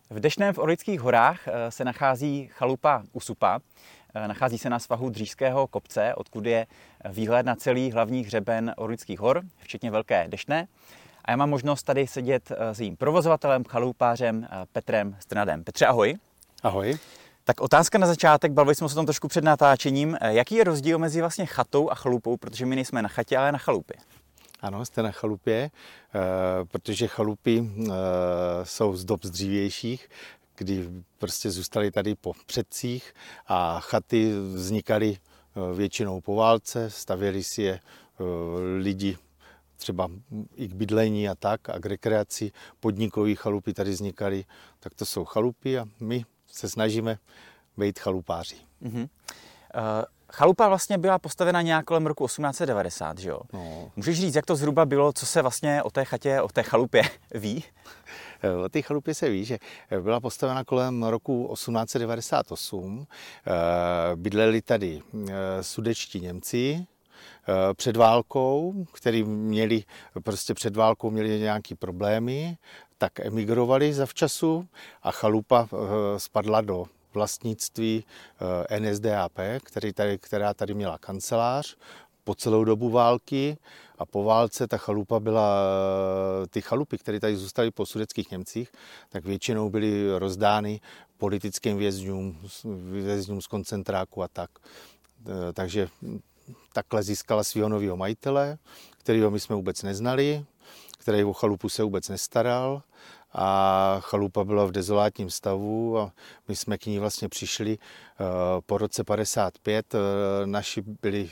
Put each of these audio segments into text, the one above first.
V Dešném v Orlických horách se nachází chalupa Usupa. Nachází se na svahu Dřížského kopce, odkud je výhled na celý hlavní hřeben Orlických hor, včetně Velké Deštné. A já mám možnost tady sedět s jejím provozovatelem, chalupářem Petrem Strnadem. Petře, ahoj. Ahoj. Tak otázka na začátek, bavili jsme se o tom trošku před natáčením. Jaký je rozdíl mezi vlastně chatou a chalupou, protože my nejsme na chatě, ale na chalupě? Ano, jste na chalupě, protože chalupy jsou z dob dřívějších, kdy prostě zůstaly tady po předcích a chaty vznikaly většinou po válce, stavěli si je lidi třeba i k bydlení a tak, a k rekreaci. Podnikové chalupy tady vznikaly, tak to jsou chalupy a my se snažíme být chalupáři. Mm-hmm. Chalupa vlastně byla postavena nějak kolem roku 1890, že jo? No. Můžeš říct, jak to zhruba bylo, co se vlastně o té chatě, o té chalupě ví? O té chalupě se ví, že byla postavena kolem roku 1898. Bydleli tady sudetští Němci před válkou, kteří měli před válkou měli nějaké problémy, tak emigrovali zavčasu a chalupa spadla do vlastnictví NSDAP, která tady měla kancelář po celou dobu války, a po válce ta chalupa byla, ty chalupy, které tady zůstaly po sudetských Němcích, tak většinou byly rozdány politickým vězňům z koncentráku a tak. Takže takhle získala svého nového majitele, kterého my jsme vůbec neznali, který o chalupu se vůbec nestaral. A chalupa byla v dezolátním stavu a my jsme k ní vlastně přišli po roce 55. Naši byli,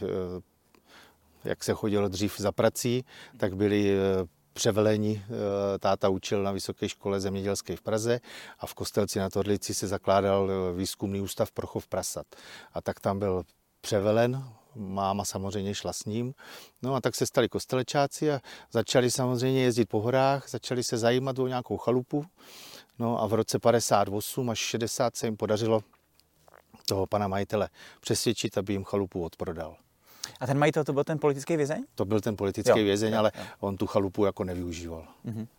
jak se chodilo dřív za prací, tak byli převeleni. Táta učil na Vysoké škole zemědělské v Praze a v Kostelci nad Orlicí se zakládal výzkumný ústav pro chov prasat. A tak tam byl převelen. Máma samozřejmě šla s ním. No a tak se stali kostelečáci a začali samozřejmě jezdit po horách, začali se zajímat o nějakou chalupu. No a v roce 58 až 60 se jim podařilo toho pana majitele přesvědčit, aby jim chalupu odprodal. A ten majitel to byl ten politický vězeň? To byl ten politický vězeň, jo, ale on tu chalupu jako nevyužíval.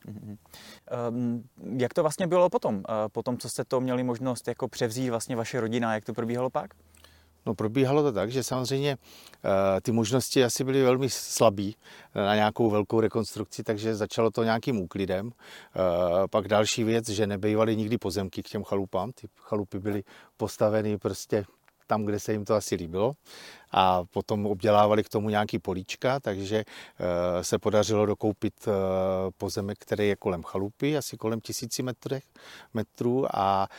Jak to vlastně bylo potom? Potom, co jste to měli možnost jako převzít vlastně vaše rodina, jak to probíhalo pak? No, probíhalo to tak, že samozřejmě ty možnosti asi byly velmi slabý na nějakou velkou rekonstrukci, takže začalo to nějakým úklidem. Pak další věc, že nebývaly nikdy pozemky k těm chalupám. Ty chalupy byly postaveny prostě tam, kde se jim to asi líbilo. A potom obdělávali k tomu nějaký políčka, takže se podařilo dokoupit pozemek, který je kolem chalupy, asi kolem 1000 metrů a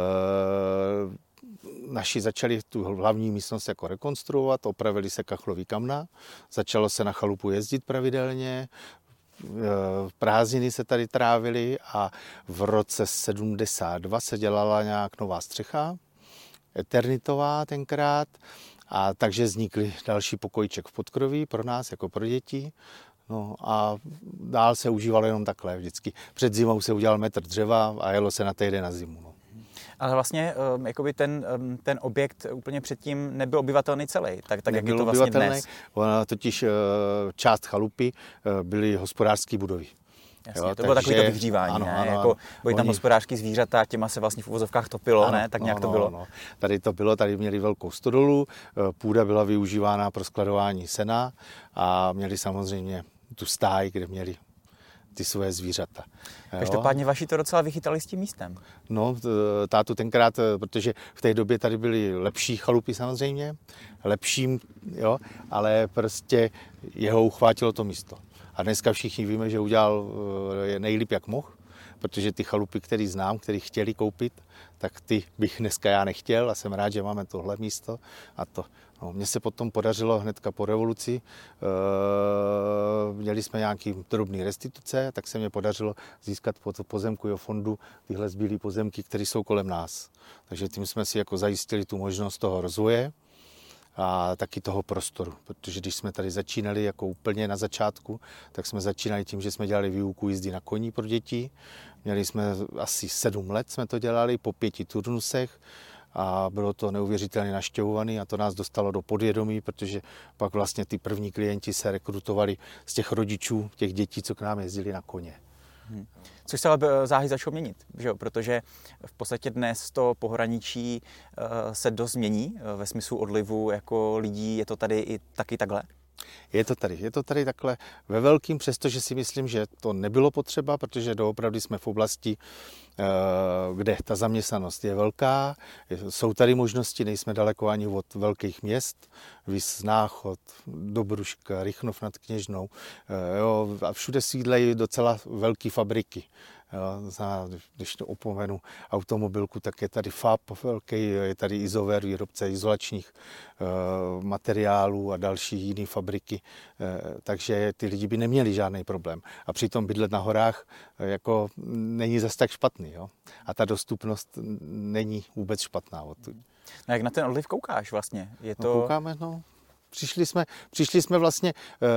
naši začali tu hlavní místnost jako rekonstruovat, opravili se kachlový kamna, začalo se na chalupu jezdit pravidelně, prázdniny se tady trávily a v roce 72 se dělala nějak nová střecha, eternitová tenkrát, a takže vznikly další pokojček v podkroví pro nás, jako pro děti. No a dál se užívalo jenom takhle vždycky. Před zimou se udělal metr dřeva a jelo se na týden na zimu. No. Ale vlastně jakoby ten objekt úplně předtím nebyl obyvatelný celý, tak jak je to vlastně dnes? Ona totiž část chalupy byly hospodářské budovy. Jasně, jo, to bylo takový to vyhřívání, ano, ne? Ano, jako byly tam hospodářský zvířata, těma se vlastně v uvozovkách topilo, ano, ne? Tak nějak to bylo. Ano. Tady to bylo, tady měli velkou stodolu, půda byla využívána pro skladování sena a měli samozřejmě tu stáj, kde měli ty svoje zvířata. Každopádně vaši to docela vychytali s tím místem. No, tátu tenkrát, protože v té době tady byly lepší chalupy samozřejmě, jo, ale prostě jeho uchvátilo to místo. A dneska všichni víme, že udělal nejlíp, jak mohl, protože ty chalupy, který znám, který chtěli koupit, tak ty bych dneska já nechtěl a jsem rád, že máme tohle místo a to. No, mně se potom podařilo hnedka po revoluci, měli jsme nějaký drobný restituce, tak se mě podařilo získat pod pozemkového fondu tyhle zbylé pozemky, které jsou kolem nás. Takže tím jsme si jako zajistili tu možnost toho rozvoje a taky toho prostoru, protože když jsme tady začínali jako úplně na začátku, tak jsme začínali tím, že jsme dělali výuku jízdy na koni pro děti. Měli jsme asi 7 let, jsme to dělali po 5 turnusech a bylo to neuvěřitelně navštěvované a to nás dostalo do podvědomí, protože pak vlastně ty první klienti se rekrutovali z těch rodičů, těch dětí, co k nám jezdili na koně. Což se ale záhy začalo měnit, že jo? Protože v podstatě dnes to pohraničí se dost změní ve smyslu odlivu jako lidí. Je to tady i taky takhle? Je to tady takhle ve velkým, přestože si myslím, že to nebylo potřeba, protože doopravdy jsme v oblasti, kde ta zaměstnanost je velká. Jsou tady možnosti, nejsme daleko ani od velkých měst, Vis Náchod, Dobruška, Rychnov nad Kněžnou. Jo, a všude sídlejí docela velké fabriky. Jo, když to opomenu automobilku, tak je tady FAP velký, je tady Izover, výrobce izolačních materiálů a další jiné fabriky, takže ty lidi by neměli žádný problém. A přitom bydlet na horách jako není zas tak špatný. Jo? A ta dostupnost není vůbec špatná. No jak na ten odliv koukáš vlastně? Je to... Koukáme, no. Přišli jsme vlastně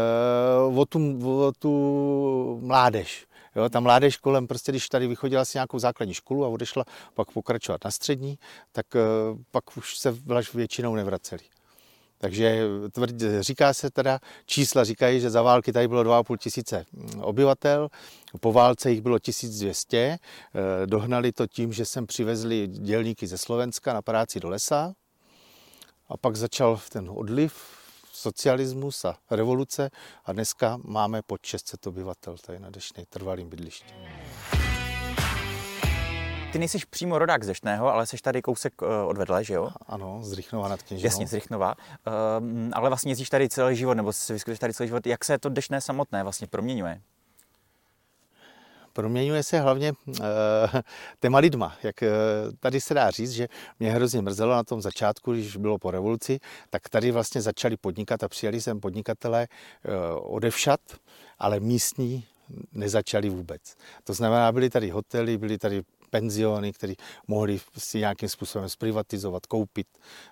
o tu mládež. Jo, ta mládež kolem, prostě když tady vychodila si nějakou základní školu a odešla pak pokračovat na střední, tak pak už se většinou nevraceli. Takže říká se teda, čísla říkají, že za války tady bylo 2,5 tisíce obyvatel, po válce jich bylo 1200, dohnali to tím, že sem přivezli dělníky ze Slovenska na práci do lesa a pak začal ten odliv, socialismus a revoluce a dneska máme pod 600 obyvatel tady na Deštné trvalým bydlišti. Ty nejsi přímo rodák z Deštného, ale jsi tady kousek odvedle, že jo? Ano, z Rychnova nad Kněžnou. Jasně, z Rychnova. Ale vlastně jezdíš tady celý život, nebo si vyskytuješ tady celý život. Jak se to Deštné samotné vlastně proměňuje? Proměňuje se hlavně těma lidma. Jak tady se dá říct, že mě hrozně mrzelo na tom začátku, když bylo po revoluci, tak tady vlastně začali podnikat a přijeli sem podnikatelé odevšad, ale místní nezačali vůbec. To znamená, byly tady hotely, byly tady penziony, které mohli si nějakým způsobem zprivatizovat, koupit.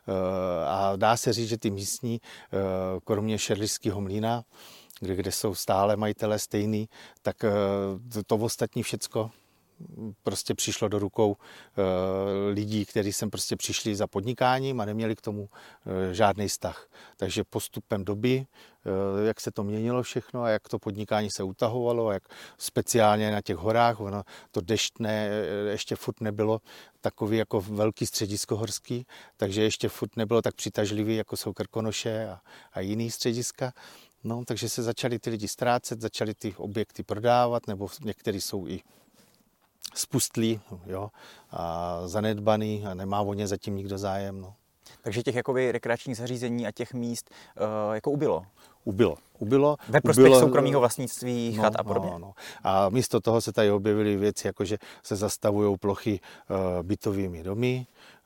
A dá se říct, že ty místní, kromě Šerlišského mlýna, kde jsou stále majitelé stejný, tak to ostatní všecko prostě přišlo do rukou lidí, kteří sem prostě přišli za podnikáním a neměli k tomu žádný vztah. Takže postupem doby, jak se to měnilo všechno a jak to podnikání se utahovalo a jak speciálně na těch horách, ono to Deštné ještě furt nebylo takový jako velký středisko horský, takže ještě furt nebylo tak přitažlivý, jako jsou Krkonoše a jiný střediska. No, takže se začali ty lidi ztrácet, začali ty objekty prodávat, nebo některý jsou i spustlí, jo, a zanedbaný a nemá o ně zatím nikdo zájem. No. Takže těch jakoby rekreačních zařízení a těch míst jako ubylo? Ubylo. Ve prospěch soukromého vlastnictví, chat a podobně? No. A místo toho se tady objevily věci, jako že se zastavují plochy bytovými domy,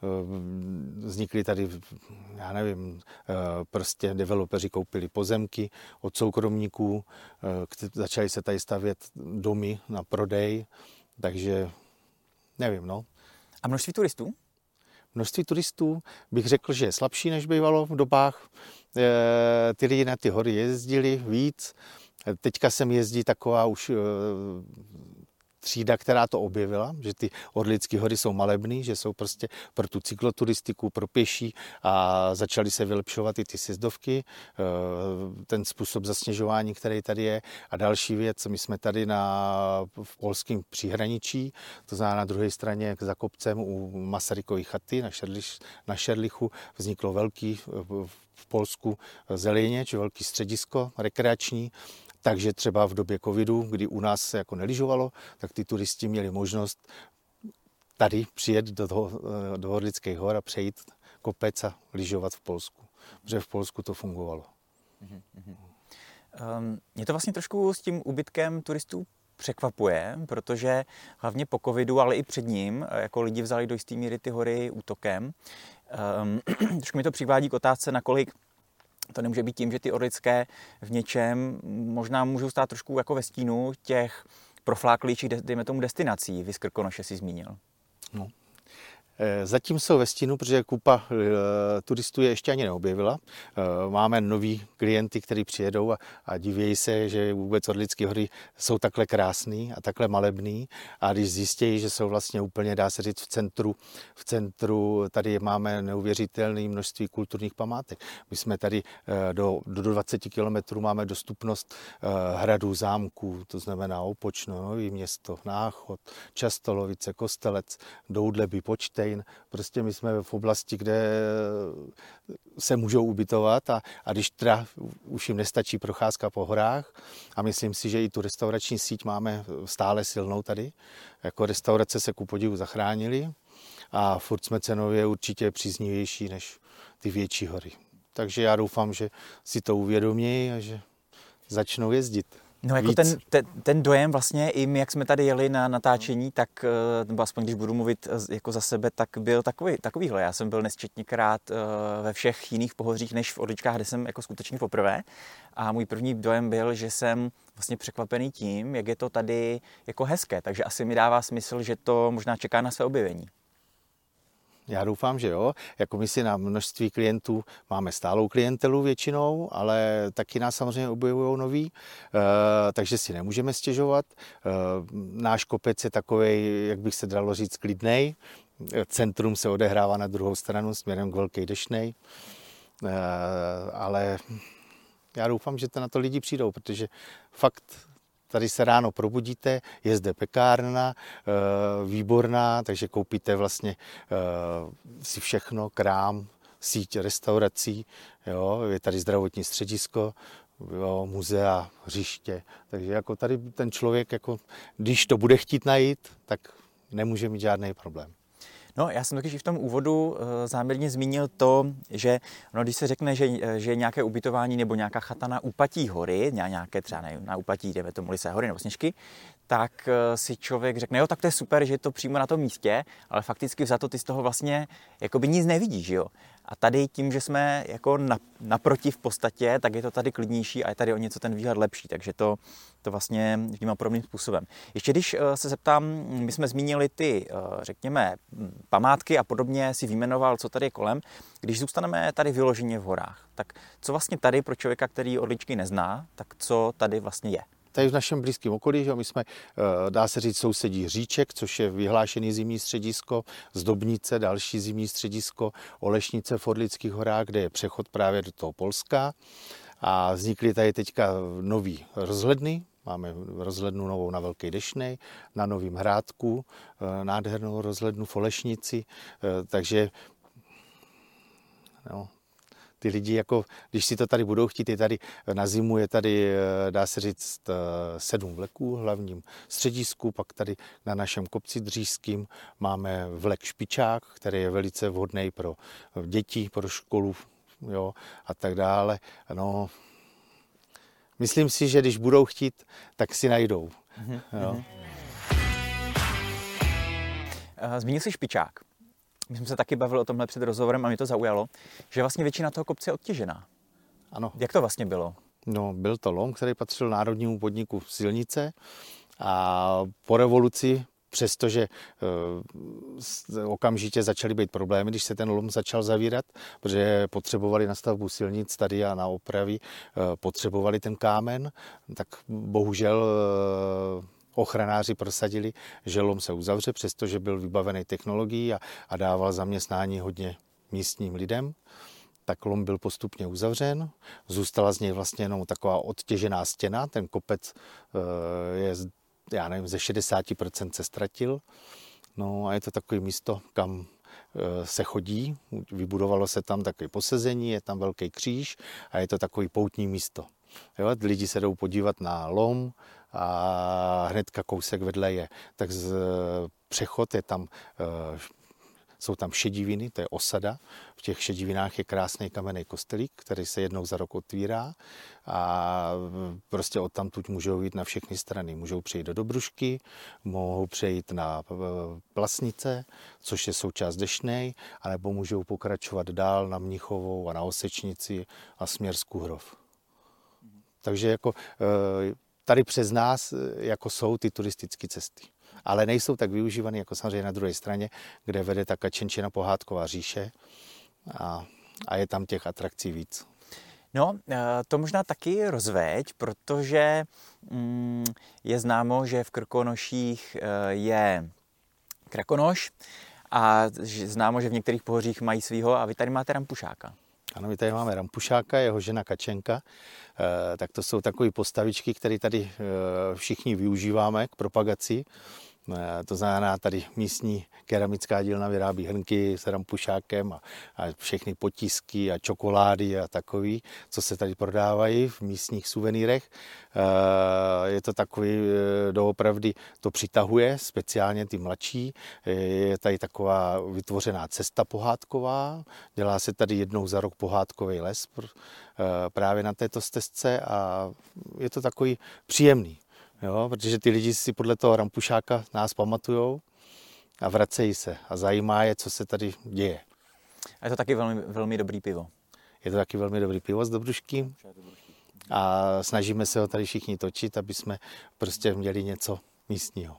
vznikly tady, já nevím, prostě developeři koupili pozemky od soukromníků, začali se tady stavět domy na prodej, takže nevím, no. A množství turistů? Množství turistů bych řekl, že je slabší, než bývalo v dobách. Ty lidi na ty hory jezdili víc. Teďka sem jezdí taková už třída, která to objevila, že ty Orlické hory jsou malebný, že jsou prostě pro tu cykloturistiku, pro pěší a začaly se vylepšovat i ty sjezdovky, ten způsob zasněžování, který tady je. A další věc, my jsme tady v polském příhraničí, to znamená na druhé straně za kopcem u Masarykovy chaty na Šerlichu vzniklo velký v Polsku Zeleněč, velký středisko rekreační. Takže třeba v době covidu, kdy u nás se jako nelyžovalo, tak ty turisti měli možnost tady přijet do Orlických hor a přejít kopec a lyžovat v Polsku. Protože v Polsku to fungovalo. Mě to vlastně trošku s tím úbytkem turistů překvapuje, protože hlavně po covidu, ale i před ním, jako lidi vzali do jisté míry ty hory útokem. Trošku mi to přivádí k otázce, nakolik to nemůže být tím, že ty orlické v něčem možná můžou stát trošku jako ve stínu těch profláklejších, dejme tomu, destinací. Vy z Krkonoše si zmínil. No. Zatím jsou ve stínu, protože kupa turistů je ještě ani neobjevila. Máme nový klienty, kteří přijedou a divějí se, že vůbec Orlické hory jsou takhle krásný a takhle malebný. A když zjistějí, že jsou vlastně úplně, dá se říct, v centru tady máme neuvěřitelné množství kulturních památek. My jsme tady do 20 kilometrů máme dostupnost hradů, zámků, to znamená Opočno, Nový Město, Náchod, Častolovice, Kostelec, Doudleby, Počtejn. Prostě my jsme v oblasti, kde se můžou ubytovat a když teda už jim nestačí procházka po horách a myslím si, že i tu restaurační síť máme stále silnou tady. Jako restaurace se ku podivu zachránily a furt jsme cenově určitě příznivější než ty větší hory. Takže já doufám, že si to uvědomí a že začnou jezdit. No jako ten dojem vlastně, i my, jak jsme tady jeli na natáčení, tak, nebo aspoň když budu mluvit jako za sebe, tak byl takovýhle. Já jsem byl nesčetněkrát ve všech jiných pohořích, než v Orličkách, kde jsem jako skutečně poprvé. A můj první dojem byl, že jsem vlastně překvapený tím, jak je to tady jako hezké. Takže asi mi dává smysl, že to možná čeká na své objevení. Já doufám, že jo. Jako my si na množství klientů máme stálou klientelu většinou, ale taky nás samozřejmě objevují noví, takže si nemůžeme stěžovat. Náš kopec je takovej, jak bych se dalo říct, klidnej. Centrum se odehrává na druhou stranu směrem k Velké Deštnej, ale já doufám, že to na to lidi přijdou, protože fakt tady se ráno probudíte, je zde pekárna, výborná, takže koupíte vlastně si všechno, krám, síť restaurací, jo, je tady zdravotní středisko, jo, muzea, hřiště, takže jako tady ten člověk, jako, když to bude chtít najít, tak nemůže mít žádný problém. No, já jsem taky v tom úvodu záměrně zmínil to, že když se řekne, že je nějaké ubytování nebo nějaká chata na úpatí hory, nějaké třeba na úpatí, jdeme tomu Lysé hory nebo Sněžky, tak si člověk řekne, jo, tak to je super, že je to přímo na tom místě, ale fakticky vzato ty z toho vlastně jakoby nic nevidíš, jo. A tady tím, že jsme jako naproti v podstatě, tak je to tady klidnější a je tady o něco ten výhled lepší, takže to vlastně vnímám podobným způsobem. Ještě když se zeptám, my jsme zmínili ty, řekněme, památky a podobně, si vyjmenoval, co tady je kolem. Když zůstaneme tady vyloženě v horách, tak co vlastně tady pro člověka, který Orličky nezná, tak co tady vlastně je? Tady v našem blízkém okolí, že my jsme, dá se říct, sousedí Hříček, což je vyhlášený zimní středisko, Zdobnice, další zimní středisko, Olešnice v Orlických horách, kde je přechod právě do toho Polska. A vznikly tady teďka nový rozhledny. Máme rozhlednu novou na Velké Deštnej, na Novým Hrádku, nádhernou rozhlednu v Olešnici, takže no, ty lidi, jako, když si to tady budou chtít, je tady na zimu, je tady, dá se říct, 7 vleků v hlavním středisku, pak tady na našem kopci dřížským máme vlek Špičák, který je velice vhodný pro děti, pro školu, jo, a tak dále. No, myslím si, že když budou chtít, tak si najdou. Jo. Zmínil jsi Špičák. My jsme se taky bavili o tomhle před rozhovorem a mě to zaujalo, že vlastně většina toho kopce je odtěžená. Ano. Jak to vlastně bylo? No, byl to lom, který patřil národnímu podniku Silnice a po revoluci, přestože okamžitě začaly být problémy, když se ten lom začal zavírat, protože potřebovali na stavbu silnic tady a na opravy, potřebovali ten kámen, tak bohužel ochranáři prosadili, že lom se uzavře, přestože byl vybavený technologií a dával zaměstnání hodně místním lidem. Tak lom byl postupně uzavřen, zůstala z něj vlastně jenom taková odtěžená stěna, ten kopec je, já nevím, ze 60% se ztratil. No a je to takové místo, kam se chodí, vybudovalo se tam takové posezení, je tam velký kříž a je to takové poutní místo. Jo, lidi se jdou podívat na lom a hnedka kousek vedle je tak přechod, je tam, jsou tam šediviny, to je osada. V těch šedivinách je krásný kamenný kostelík, který se jednou za rok otvírá a prostě odtamtud můžou jít na všechny strany. Můžou přejít do Dobrušky, mohou přejít na Plasnice, což je součást Deštnej, anebo můžou pokračovat dál na Mnichovou a na Osečnici a směr Skuhrov. Takže jako tady přes nás jako jsou ty turistické cesty. ale nejsou tak využívaný jako samozřejmě na druhé straně, kde vede ta Kačenčina pohádková říše a je tam těch atrakcí víc. No, to možná taky rozveď, protože je známo, že v Krkonoších je krakonoš a známo, že v některých pohořích mají svýho a vy tady máte rampušáka. Ano, my tady máme rampušáka, jeho žena Kačenka, tak to jsou takové postavičky, které tady všichni využíváme k propagaci. To znamená, tady místní keramická dílna vyrábí hrnky s rampušákem a všechny potisky a čokolády a takový, co se tady prodávají v místních suvenýrech. Je to takový, doopravdy to přitahuje, speciálně ty mladší. Je tady taková vytvořená cesta pohádková, dělá se tady jednou za rok pohádkový les právě na této stezce a je to takový příjemný. Jo, protože ty lidi si podle toho rampušáka nás pamatujou a vracejí se a zajímá je, co se tady děje. A je to taky velmi, velmi dobrý pivo. Je to taky velmi dobrý pivo z Dobrušky a snažíme se ho tady všichni točit, aby jsme prostě měli něco místního.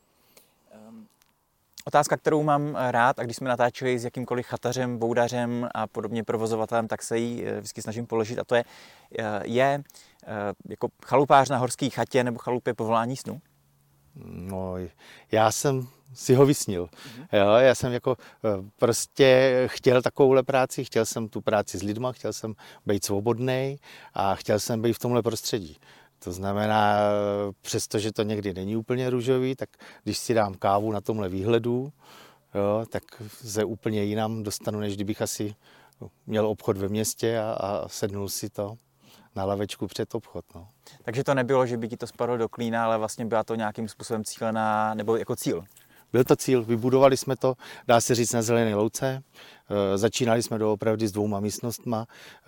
Otázka, kterou mám rád, a když jsme natáčeli s jakýmkoliv chatařem, boudařem a podobně provozovatelem, tak se ji vždycky snažím položit a to je jako chalupář na horské chatě nebo chalupě povolání snu? No, já jsem si ho vysnil. Jo, já jsem jako prostě chtěl takovouhle práci, chtěl jsem tu práci s lidma, chtěl jsem být svobodný a chtěl jsem být v tomhle prostředí. To znamená, přestože to někdy není úplně růžový, tak když si dám kávu na tomhle výhledu, jo, tak se úplně jinam dostanu, než kdybych asi měl obchod ve městě a sednul si to na lavečku před obchod. No. Takže to nebylo, že by ti to spadlo do klína, ale vlastně byla to nějakým způsobem cílená, nebo jako cíl? Byl to cíl, vybudovali jsme to, dá se říct, na zelené louce. Začínali jsme doopravdy s 2 místnostma.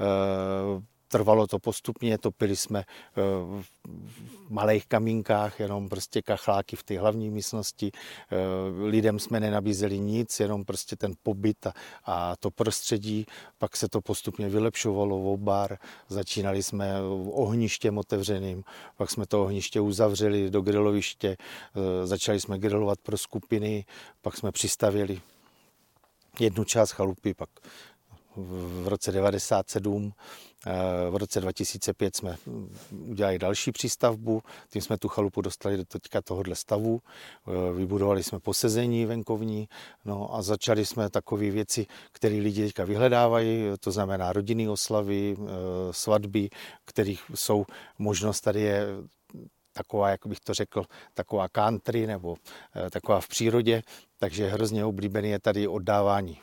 Trvalo to postupně, topili jsme v malých kamínkách, jenom prostě kachláky v té hlavní místnosti. Lidem jsme nenabízeli nic, jenom prostě ten pobyt a to prostředí. Pak se to postupně vylepšovalo, bar. Začínali jsme ohništěm otevřeným, pak jsme to ohniště uzavřeli do griloviště, začali jsme grilovat pro skupiny, pak jsme přistavili jednu část chalupy, pak v roce 1997. V roce 2005 jsme udělali další přístavbu, tím jsme tu chalupu dostali do teďka tohohle stavu, vybudovali jsme posezení venkovní, no a začali jsme takové věci, které lidi teďka vyhledávají, to znamená rodinné oslavy, svatby, kterých jsou možnost tady je taková, jak bych to řekl, taková country nebo taková v přírodě, takže hrozně oblíbený je tady oddávání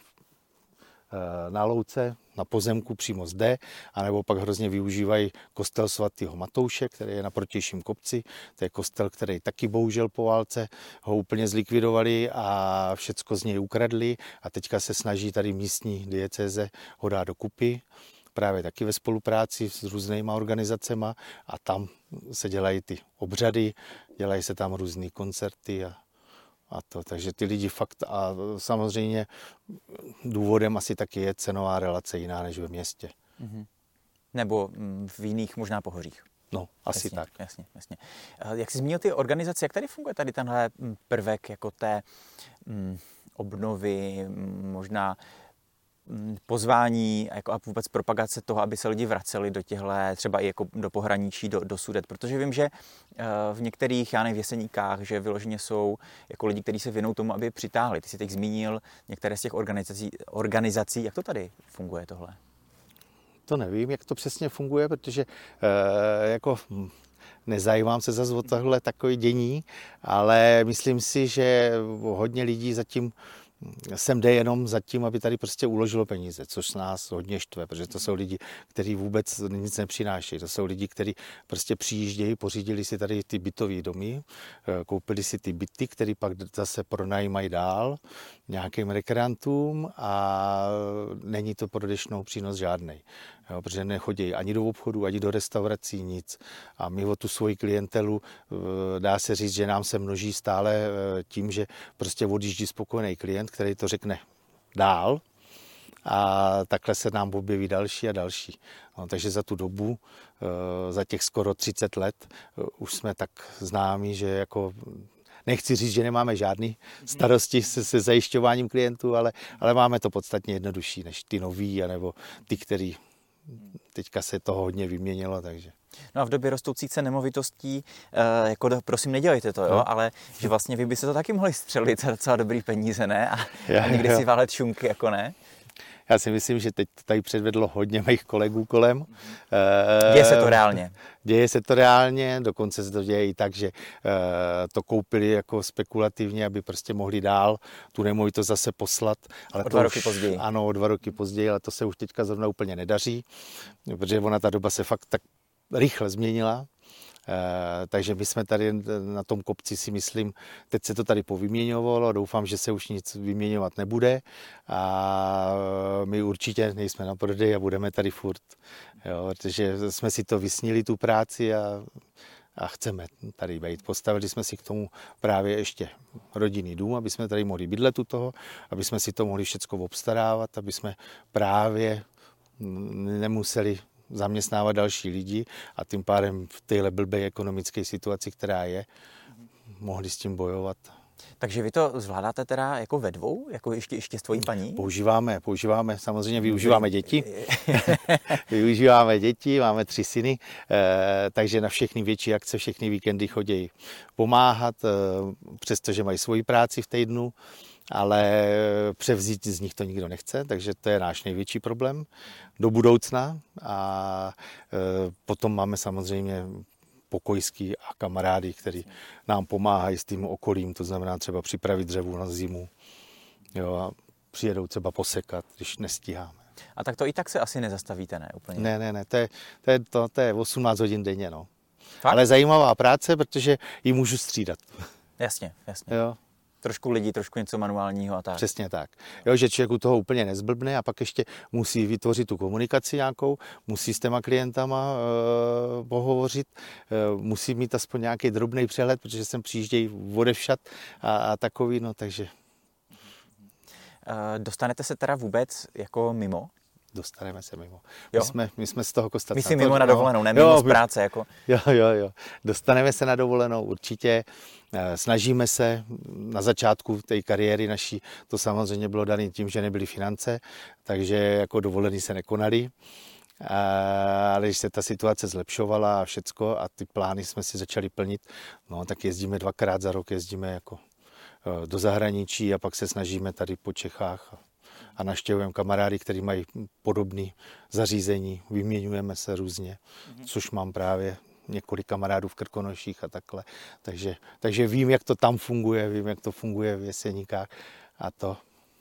na louce, na pozemku přímo zde, anebo pak hrozně využívají kostel svatého Matouše, který je na protějším kopci. To je kostel, který taky bohužel po válce ho úplně zlikvidovali a všecko z něj ukradli a teďka se snaží tady místní diecéze ho dát dokupy, právě taky ve spolupráci s různýma organizacema a tam se dělají ty obřady, dělají se tam různý koncerty a to, takže ty lidi fakt a samozřejmě důvodem asi taky je cenová relace jiná než ve městě. Mm-hmm. Nebo v jiných možná pohořích. No, asi jasně, tak. Jasně. Jak jsi zmínil ty organizace, jak tady funguje tady tenhle prvek jako té obnovy, možná pozvání jako a vůbec propagace toho, aby se lidi vraceli do těchto, třeba i jako do pohraničí, do Sudet, protože vím, že v některých, já nevím, v Jeseníkách, že vyloženě jsou jako lidi, kteří se věnují tomu, aby je přitáhli. Ty jsi teď zmínil některé z těch organizací. Jak to tady funguje tohle? To nevím, jak to přesně funguje, protože jako nezajímám se zase o tohle takové dění, ale myslím si, že hodně lidí zatím sem jde jenom za tím, aby tady prostě uložilo peníze, což nás hodně štve, protože to jsou lidi, kteří vůbec nic nepřinášejí. To jsou lidi, kteří prostě přijíždějí, pořídili si tady ty bytové domy, koupili si ty byty, které pak zase pronajímají dál nějakým rekreantům a není to pro dnešnou přínos žádnej. Jo, protože nechodí ani do obchodu, ani do restaurací, nic. A my o tu svoji klientelu, dá se říct, že nám se množí stále tím, že prostě odjíždí spokojený klient, který to řekne dál a takhle se nám objeví další a další. No, takže za tu dobu, za těch skoro 30 let, už jsme tak známí, že jako Nechci říct, že nemáme žádný starosti se zajišťováním klientů, ale máme to podstatně jednodušší než ty noví, anebo ty, který teďka se toho hodně vyměnilo, takže. No a v době rostoucí cen nemovitostí, prosím nedělejte to, jo, no. Ale že vlastně vy byste to taky mohli střelit za docela dobrý peníze, ne? A někdy si válet šunky, jako ne? Já si myslím, že teď to tady předvedlo hodně mých kolegů kolem. Děje se to reálně? Děje se to reálně, dokonce se to děje i tak, že to koupili jako spekulativně, aby prostě mohli dál tu nemovitost zase poslat. Ale o 2 roky později. Ano, o 2 roky později, ale to se už teďka zrovna úplně nedaří, protože ona ta doba se fakt tak rychle změnila. Takže my jsme tady na tom kopci, si myslím, teď se to tady povyměňovalo, doufám, že se už nic vyměňovat nebude a my určitě nejsme na prodej a budeme tady furt, jo, protože jsme si to vysnili, tu práci a chceme tady být. Postavili jsme si k tomu právě ještě rodinný dům, aby jsme tady mohli bydlet u toho, aby jsme si to mohli všecko obstarávat, aby jsme právě nemuseli zaměstnávat další lidi a tím pádem v téhle blbé ekonomické situaci, která je, mohli s tím bojovat. Takže vy to zvládáte teda jako ve dvou? Jako ještě s tvojí paní? Používáme, samozřejmě využíváme děti. Využíváme děti, máme 3 syny, takže na všechny větší akce, všechny víkendy chodí pomáhat, přestože mají svoji práci v týdnu, ale převzít z nich to nikdo nechce, takže to je náš největší problém do budoucna. A potom máme samozřejmě pokojský a kamarády, kteří nám pomáhají s tím okolím, to znamená třeba připravit dřevu na zimu, jo, a přijedou třeba posekat, když nestíháme. A tak to i tak se asi nezastavíte, ne? Úplně. Ne, to je 18 hodin denně, no. Fakt? Ale zajímavá práce, protože ji můžu střídat. Jasně. Jo. Trošku lidí, trošku něco manuálního a tak. Přesně tak. Jo, že člověk u toho úplně nezblbne a pak ještě musí vytvořit tu komunikaci nějakou, musí s těma klientama pohovořit, musí mít aspoň nějaký drobný přehled, protože sem přijíždějí odevšad a takový, no takže. Dostanete se teda vůbec jako mimo? Dostaneme se mimo. My jsme z toho Kostata. Myslím mimo na dovolenou, ne mimo z práce. Jako. Jo. Dostaneme se na dovolenou určitě. Snažíme se, na začátku té kariéry naší, to samozřejmě bylo dané tím, že nebyly finance, takže jako dovolený se nekonaly. Ale když se ta situace zlepšovala a všecko a ty plány jsme si začali plnit, no tak jezdíme 2krát za rok, jezdíme jako do zahraničí a pak se snažíme tady po Čechách a navštěvujeme kamarády, kteří mají podobné zařízení, vyměňujeme se různě, což mám právě několik kamarádů v Krkonoších a takhle. Takže vím, jak to tam funguje, vím, jak to funguje v Jeseníkách a to.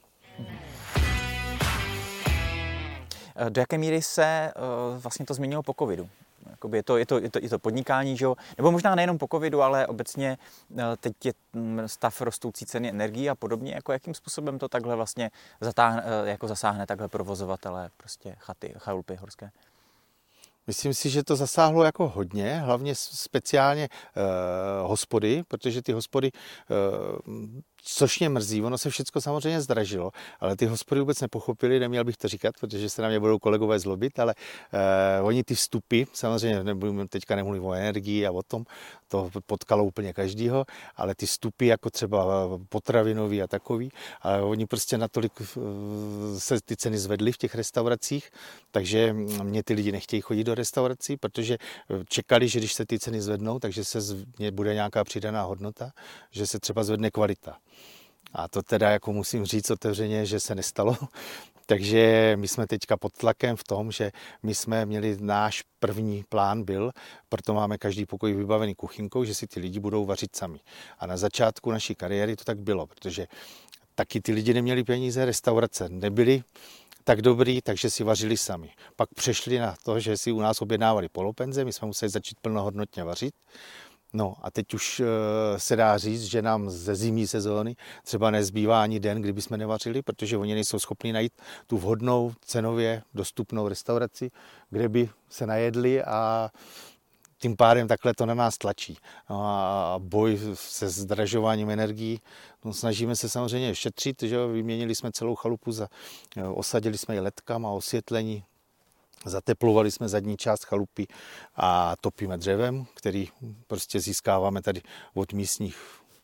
Do jaké míry se vlastně to změnilo po covidu? Je to podnikání, že jo? Nebo možná nejenom po covidu, ale obecně teď je stav rostoucí ceny energií a podobně. Jako jakým způsobem to takhle vlastně zasáhne takhle provozovatele, prostě chaty, chalupy horské? Myslím si, že to zasáhlo jako hodně, hlavně speciálně hospody, protože ty hospody, což mě mrzí, ono se všechno samozřejmě zdražilo, ale ty hospody vůbec nepochopili, neměl bych to říkat, protože se na mě budou kolegové zlobit, ale oni ty vstupy, samozřejmě teďka nemluvím o energii a o tom, to potkalo úplně každýho, ale ty vstupy jako třeba potravinový a takový, ale oni prostě natolik se ty ceny zvedly v těch restauracích, takže mě ty lidi nechtějí chodit do restaurací, protože čekali, že když se ty ceny zvednou, takže se bude nějaká přidaná hodnota, že se třeba zvedne kvalita. A to teda jako musím říct otevřeně, že se nestalo. Takže my jsme teďka pod tlakem v tom, že my jsme měli, náš první plán byl, proto máme každý pokoj vybavený kuchynkou, že si ty lidi budou vařit sami. A na začátku naší kariéry to tak bylo, protože taky ty lidi neměli peníze, restaurace nebyly tak dobrý, takže si vařili sami. Pak přešli na to, že si u nás objednávali polopenze, my jsme museli začít plnohodnotně vařit. No a teď už se dá říct, že nám ze zimní sezóny třeba nezbývá ani den, kdyby jsme nevařili, protože oni nejsou schopni najít tu vhodnou, cenově dostupnou restauraci, kde by se najedli a tím pádem takhle to na nás tlačí. No a boj se zdražováním energií, no snažíme se samozřejmě šetřit, že vyměnili jsme celou chalupu, osadili jsme ji ledkama, osvětlení, zateplovali jsme zadní část chalupy a topíme dřevem, který prostě získáváme tady od místních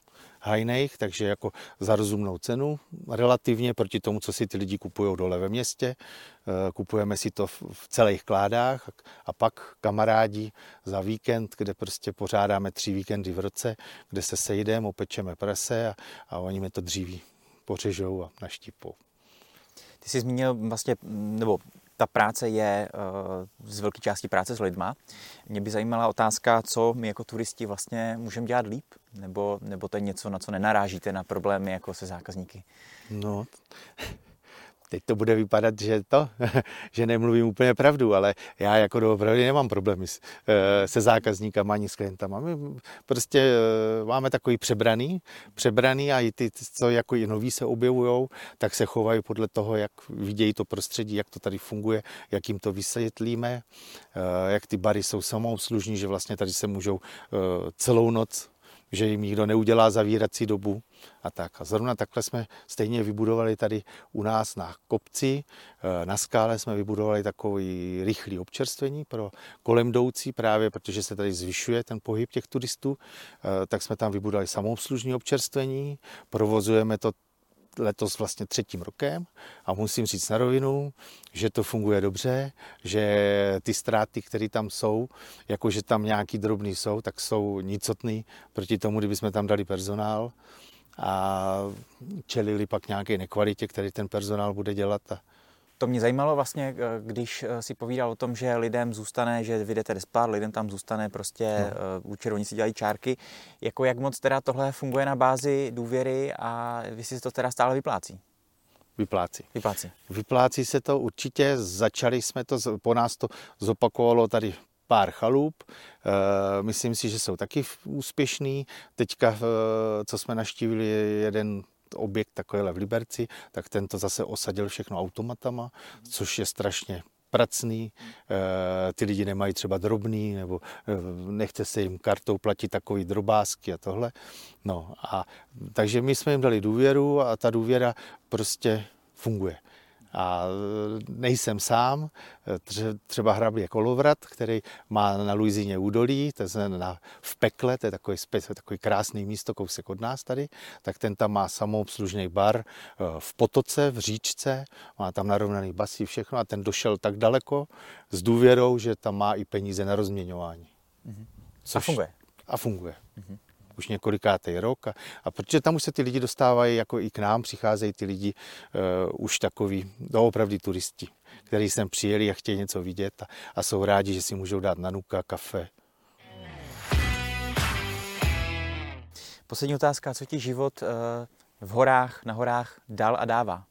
hajných, takže jako za rozumnou cenu relativně proti tomu, co si ty lidi kupují dole ve městě. Kupujeme si to v celých kládách a pak kamarádi za víkend, kde prostě pořádáme 3 víkendy v roce, kde se sejdeme, opečeme prase a oni mi to dříví pořežou a naštípou. Ty jsi zmínil vlastně, nebo ta práce je z velké části práce s lidma. Mě by zajímala otázka, co my jako turisti vlastně můžeme dělat líp? Nebo to je něco, na co nenarážíte, na problémy jako se zákazníky? No, teď to bude vypadat, že nemluvím úplně pravdu, ale já jako doopravdy nemám problémy se zákazníkama ani s klientama. My prostě máme takový přebraný a i ty, co jako i noví se objevujou, tak se chovají podle toho, jak vidějí to prostředí, jak to tady funguje, jak jim to vysvětlíme, jak ty bary jsou samoobslužní, že vlastně tady se můžou celou noc, že jim nikdo neudělá zavírací dobu a tak. A zrovna takhle jsme stejně vybudovali tady u nás na kopci, na skále jsme vybudovali takový rychlý občerstvení pro kolem jdoucí právě, protože se tady zvyšuje ten pohyb těch turistů, tak jsme tam vybudovali samoobslužní občerstvení, provozujeme to letos vlastně 3. rokem a musím říct na rovinu, že to funguje dobře, že ty ztráty, které tam jsou, jakože tam nějaký drobný jsou, tak jsou nicotný proti tomu, kdybychom tam dali personál a čelili pak nějaké nekvalitě, který ten personál bude dělat. To mě zajímalo vlastně, když si povídal o tom, že lidem zůstane, že vy jdete spát, lidem tam zůstane prostě účet, oni si dělají čárky. Jako jak moc teda tohle funguje na bázi důvěry a vy si to teda stále vyplácí? Vyplácí se to určitě, začali jsme to, po nás to zopakovalo tady pár chalup, myslím si, že jsou taky úspěšný. Teďka, co jsme navštívili jeden objekt takovýhle v Liberci, tak tento zase osadil všechno automatama, což je strašně pracný. Ty lidi nemají třeba drobný, nebo nechce se jim kartou platit takový drobásky a tohle. No a takže my jsme jim dali důvěru a ta důvěra prostě funguje. A nejsem sám, třeba hrabě Kolovrat, který má na Luizině údolí, to je v Pekle, to je takový krásný místo, kousek od nás tady, tak ten tam má samoobslužný bar v potoce, v říčce, má tam narovnaný basy, všechno a ten došel tak daleko s důvěrou, že tam má i peníze na rozměňování. A funguje. Už několikátý rok a protože tam už se ty lidi dostávají, jako i k nám přicházejí ty lidi už takový doopravdy turisti, kteří sem přijeli a chtějí něco vidět a jsou rádi, že si můžou dát nanuka, kafe. Poslední otázka, co ti život v horách, na horách dal a dává?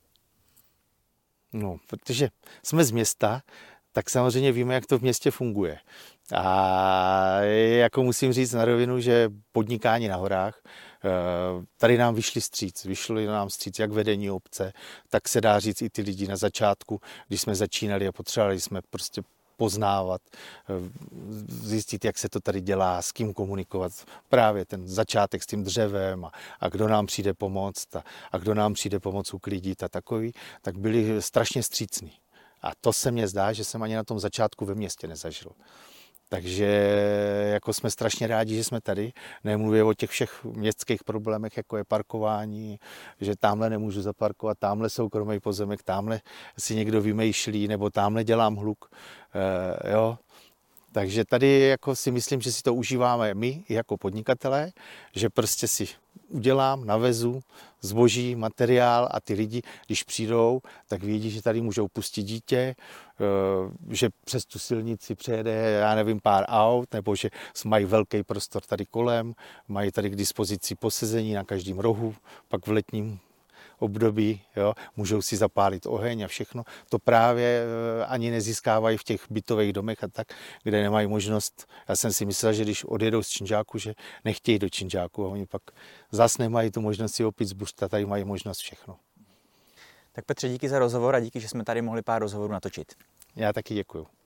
No, protože jsme z města, tak samozřejmě víme, jak to v městě funguje. A jako musím říct na rovinu, že podnikání na horách, tady nám vyšli nám vstříc jak vedení obce, tak se dá říct i ty lidi na začátku, když jsme začínali a potřebovali jsme prostě poznávat, zjistit, jak se to tady dělá, s kým komunikovat. Právě ten začátek s tím dřevem a kdo nám přijde pomoct a kdo nám přijde pomoct uklidit a takový, tak byli strašně vstřícní. A to se mně zdá, že jsem ani na tom začátku ve městě nezažil. Takže jako jsme strašně rádi, že jsme tady. Nemluvím o těch všech městských problémech, jako je parkování, že tamhle nemůžu zaparkovat, tamhle soukromý pozemek, tamhle si někdo vymýšlí, nebo tamhle dělám hluk. Jo. Takže tady jako si myslím, že si to užíváme my jako podnikatelé, že prostě si udělám, navezu zboží, materiál a ty lidi, když přijdou, tak vědí, že tady můžou pustit dítě, že přes tu silnici přejede, já nevím, pár aut, nebo že mají velký prostor tady kolem, mají tady k dispozici posezení na každém rohu, pak v letním období, jo, můžou si zapálit oheň a všechno. To právě ani nezískávají v těch bytových domech a tak, kde nemají možnost. Já jsem si myslel, že když odjedou z Činžáku, že nechtějí do Činžáku a oni pak zas nemají tu možnost si opít z buřta, tady mají možnost všechno. Tak Petře, díky za rozhovor a díky, že jsme tady mohli pár rozhovorů natočit. Já taky děkuju.